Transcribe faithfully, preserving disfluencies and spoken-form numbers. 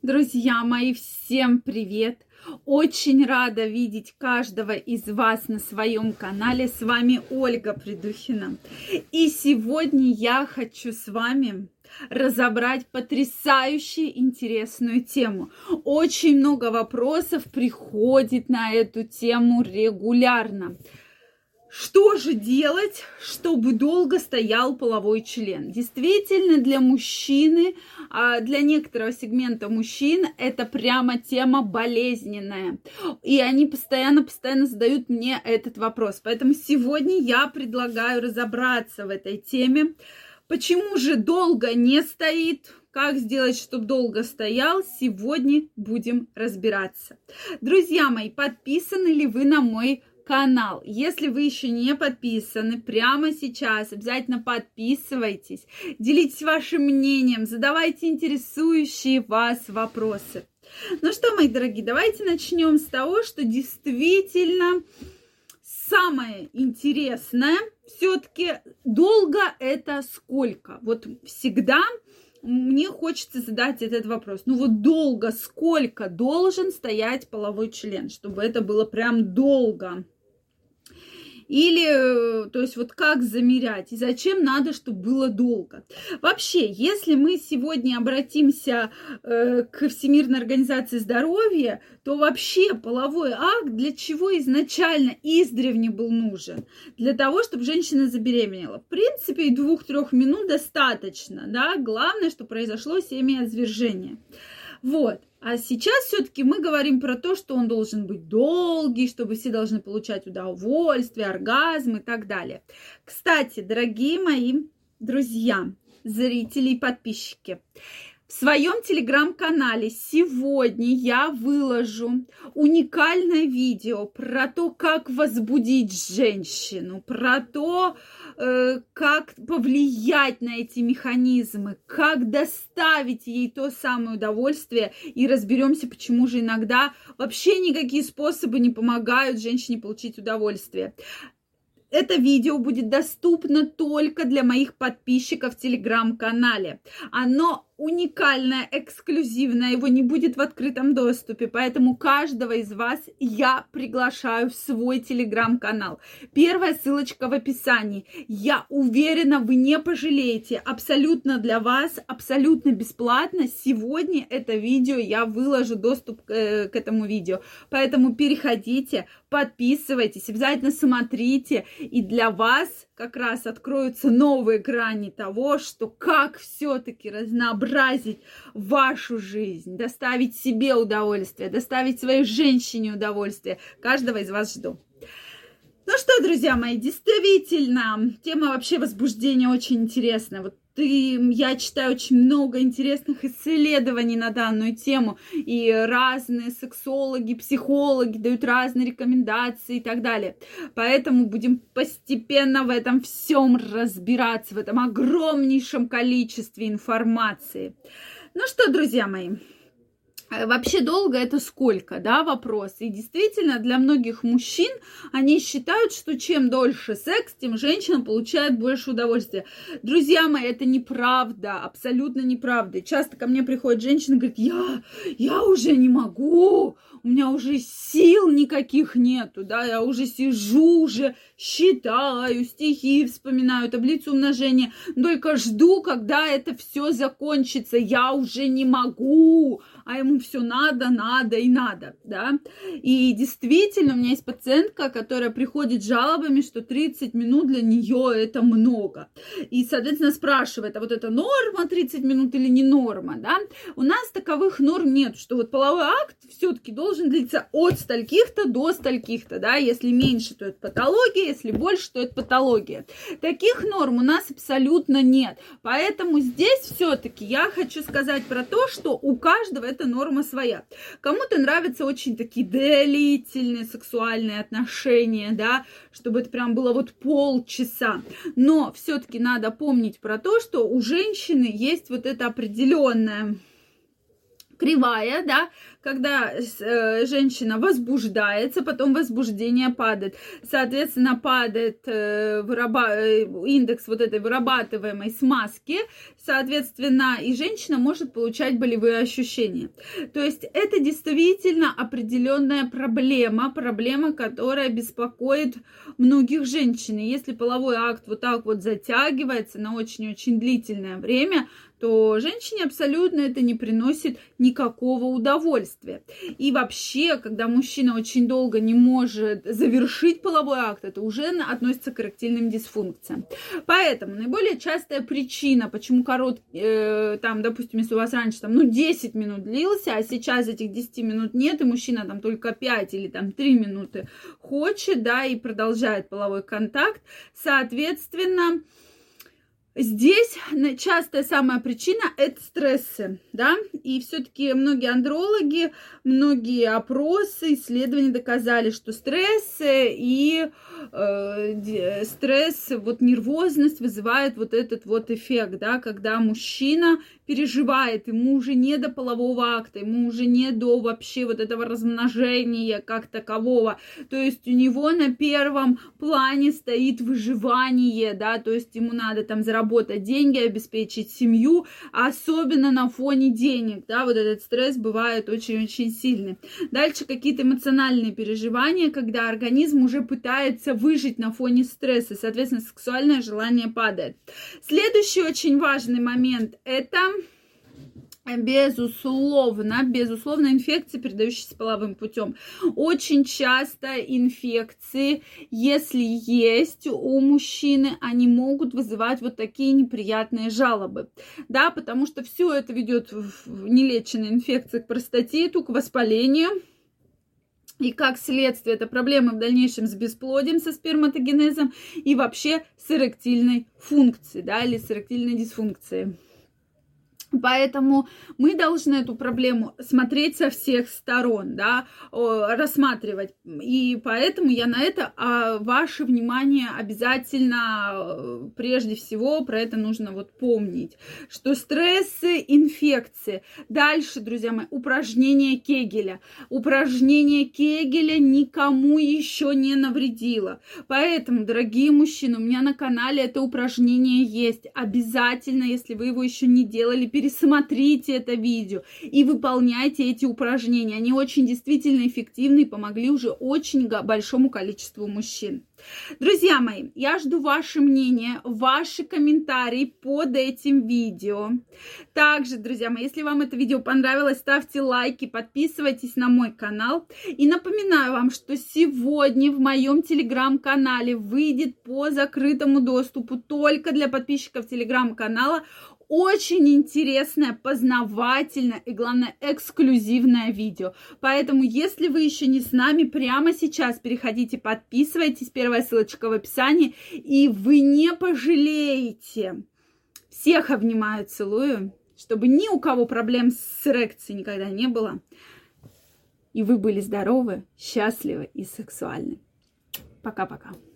Друзья мои, всем привет! Очень рада видеть каждого из вас на своем канале. С вами Ольга Придухина. И сегодня я хочу с вами разобрать потрясающую интересную тему. Очень много вопросов приходит на эту тему регулярно. Что же делать, чтобы долго стоял половой член? Действительно, для мужчины, для некоторого сегмента мужчин, это прямо тема болезненная. И они постоянно-постоянно задают мне этот вопрос. Поэтому сегодня я предлагаю разобраться в этой теме. Почему же долго не стоит? Как сделать, чтобы долго стоял? Сегодня будем разбираться. Друзья мои, подписаны ли вы на мой канал? Если вы еще не подписаны, прямо сейчас обязательно подписывайтесь, делитесь вашим мнением, задавайте интересующие вас вопросы. Ну что, мои дорогие, давайте начнем с того, что действительно самое интересное, все-таки долго это сколько? Вот всегда мне хочется задать этот вопрос. Ну вот долго, сколько должен стоять половой член, чтобы это было прям долго? Или, то есть, вот как замерять? И зачем надо, чтобы было долго? Вообще, если мы сегодня обратимся э, к Всемирной организации здоровья, то вообще половой акт для чего изначально издревле был нужен? Для того, чтобы женщина забеременела. В принципе, и двух-трех минут достаточно, да? Главное, что произошло семяизвержение. Вот. А сейчас все-таки мы говорим про то, что он должен быть долгий, чтобы все должны получать удовольствие, оргазм и так далее. Кстати, дорогие мои друзья, зрители и подписчики, в своем телеграм-канале сегодня я выложу уникальное видео про то, как возбудить женщину, про то, как повлиять на эти механизмы, как доставить ей то самое удовольствие, и разберемся, почему же иногда вообще никакие способы не помогают женщине получить удовольствие. Это видео будет доступно только для моих подписчиков в телеграм-канале. Оно уникальное, эксклюзивное, его не будет в открытом доступе, поэтому каждого из вас я приглашаю в свой телеграм-канал. Первая ссылочка в описании. Я уверена, вы не пожалеете. Абсолютно для вас, абсолютно бесплатно. Сегодня это видео я выложу, доступ к, э, к этому видео. Поэтому переходите, подписывайтесь, обязательно смотрите. И для вас как раз откроются новые грани того, что как все-таки разнообразить вашу жизнь, доставить себе удовольствие, доставить своей женщине удовольствие. Каждого из вас жду. Ну что, друзья мои, действительно, тема вообще возбуждения очень интересная. Вот ты, я читаю очень много интересных исследований на данную тему, и разные сексологи, психологи дают разные рекомендации и так далее. Поэтому будем постепенно в этом всем разбираться, в этом огромнейшем количестве информации. Ну что, друзья мои, вообще долго это сколько, да, вопрос. И действительно, для многих мужчин они считают, что чем дольше секс, тем женщина получает больше удовольствия. Друзья мои, это неправда, абсолютно неправда. И часто ко мне приходит женщина и говорит: я, я уже не могу, у меня уже сил никаких нету, да, я уже сижу, уже считаю, стихи вспоминаю, таблицу умножения, только жду, когда это все закончится, я уже не могу, а ему все надо, надо и надо, да. И действительно, у меня есть пациентка, которая приходит с жалобами, что тридцать минут для нее это много. И, соответственно, спрашивает: а вот это норма тридцать минут или не норма, да? У нас таковых норм нет, что вот половой акт все-таки должен длиться от стольких-то до стольких-то, да. Если меньше, то это патология, если больше, то это патология. Таких норм у нас абсолютно нет. Поэтому здесь все-таки я хочу сказать про то, что у каждого это норма своя. Кому-то нравятся очень такие длительные сексуальные отношения, да, чтобы это прям было вот полчаса. Но все-таки надо помнить про то, что у женщины есть вот это определенное кривая, да, когда э, женщина возбуждается, потом возбуждение падает. Соответственно, падает э, выраба- э, индекс вот этой вырабатываемой смазки, соответственно, и женщина может получать болевые ощущения. То есть это действительно определенная проблема, проблема, которая беспокоит многих женщин. И если половой акт вот так вот затягивается на очень-очень длительное время, то женщине абсолютно это не приносит никакого удовольствия. И вообще, когда мужчина очень долго не может завершить половой акт, это уже относится к эректильным дисфункциям. Поэтому наиболее частая причина, почему короткий, э, там, допустим, если у вас раньше там, ну, десять минут длился, а сейчас этих десяти минут нет, и мужчина там только пять или там три минуты хочет, да, и продолжает половой контакт, соответственно, здесь частая самая причина – это стрессы, да, и все-таки многие андрологи, многие опросы, исследования доказали, что стрессы и э, стресс, вот нервозность вызывает вот этот вот эффект, да, когда мужчина переживает, ему уже не до полового акта, ему уже не до вообще вот этого размножения как такового, то есть у него на первом плане стоит выживание, да, то есть ему надо там заработать работать деньги, обеспечить семью, особенно на фоне денег, да, вот этот стресс бывает очень-очень сильный. Дальше какие-то эмоциональные переживания, когда организм уже пытается выжить на фоне стресса, соответственно, сексуальное желание падает. Следующий очень важный момент – это... Безусловно, безусловно, инфекции, передающиеся половым путем. Очень часто инфекции, если есть у мужчины, они могут вызывать вот такие неприятные жалобы. Да, потому что все это ведет в нелеченной инфекции к простатиту, к воспалению. И как следствие, это проблемы в дальнейшем с бесплодием, со сперматогенезом и вообще с эректильной функцией, да, или с эректильной дисфункцией. Поэтому мы должны эту проблему смотреть со всех сторон, да, рассматривать. И поэтому я на это а, ваше внимание обязательно, прежде всего, про это нужно вот помнить, что стрессы, инфекции. Дальше, друзья мои, упражнение Кегеля. Упражнение Кегеля никому еще не навредило. Поэтому, дорогие мужчины, у меня на канале это упражнение есть. Обязательно, если вы его еще не делали, пересмотрите это видео и выполняйте эти упражнения. Они очень действительно эффективны и помогли уже очень большому количеству мужчин. Друзья мои, я жду ваше мнение, ваши комментарии под этим видео. Также, друзья мои, если вам это видео понравилось, ставьте лайки, подписывайтесь на мой канал. И напоминаю вам, что сегодня в моем телеграм-канале выйдет по закрытому доступу только для подписчиков телеграм-канала очень интересное, познавательное и, главное, эксклюзивное видео. Поэтому, если вы еще не с нами, прямо сейчас переходите, подписывайтесь. Первая ссылочка в описании. И вы не пожалеете. Всех обнимаю, целую. Чтобы ни у кого проблем с эрекцией никогда не было. И вы были здоровы, счастливы и сексуальны. Пока-пока.